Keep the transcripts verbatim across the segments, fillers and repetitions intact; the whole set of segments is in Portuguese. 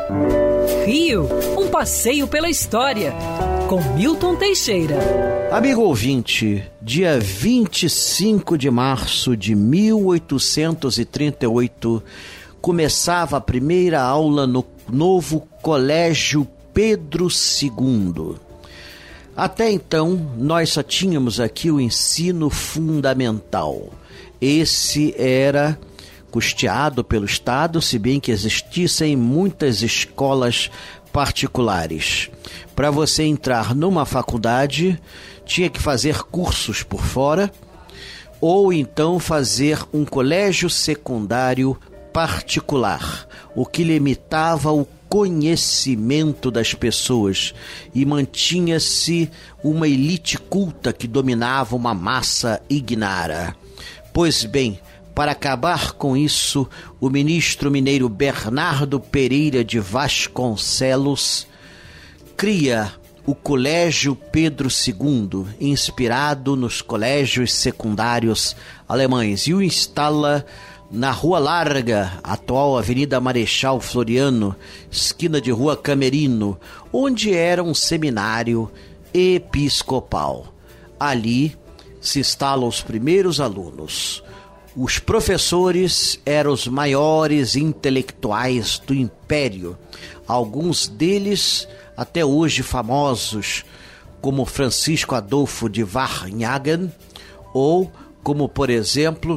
Rio, um passeio pela história, com Milton Teixeira. Amigo ouvinte, dia vinte e cinco de março de mil oitocentos e trinta e oito, começava a primeira aula no novo Colégio Pedro segundo. Até então, nós só tínhamos aqui o ensino fundamental. Esse era custeado pelo Estado, se bem que existissem muitas escolas particulares. Para você entrar numa faculdade, tinha que fazer cursos por fora, ou então fazer um colégio secundário particular, o que limitava o conhecimento das pessoas e mantinha-se uma elite culta que dominava uma massa ignara. Pois bem, para acabar com isso, o ministro mineiro Bernardo Pereira de Vasconcelos cria o Colégio Pedro segundo, inspirado nos colégios secundários alemães, e o instala na Rua Larga, atual Avenida Marechal Floriano, esquina de Rua Camerino, onde era um seminário episcopal. Ali se instalam os primeiros alunos. Os professores eram os maiores intelectuais do Império, alguns deles até hoje famosos, como Francisco Adolfo de Varnhagen, ou como, por exemplo,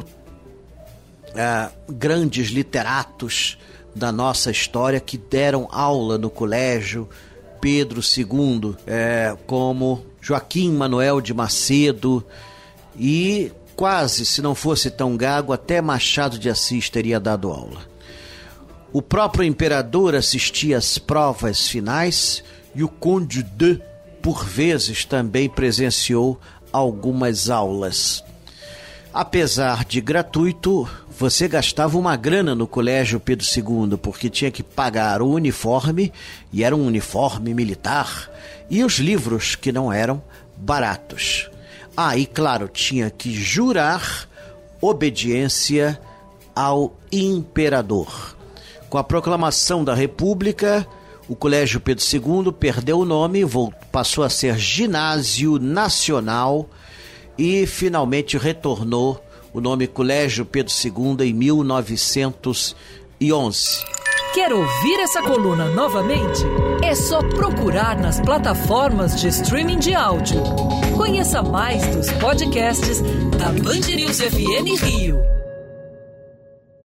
Uh, grandes literatos da nossa história que deram aula no Colégio Pedro segundo, uh, como Joaquim Manuel de Macedo, e quase, se não fosse tão gago, até Machado de Assis teria dado aula. O próprio imperador assistia às provas finais e o Conde de, por vezes, também presenciou algumas aulas. Apesar de gratuito, você gastava uma grana no Colégio Pedro segundo, porque tinha que pagar o uniforme, e era um uniforme militar, e os livros, que não eram baratos. Ah, e claro, tinha que jurar obediência ao imperador. Com a proclamação da República, o Colégio Pedro segundo perdeu o nome, passou a ser Ginásio Nacional, e finalmente retornou o nome Colégio Pedro segundo em mil novecentos e onze. Quer ouvir essa coluna novamente? É só procurar nas plataformas de streaming de áudio. Conheça mais dos podcasts da Band News F M Rio.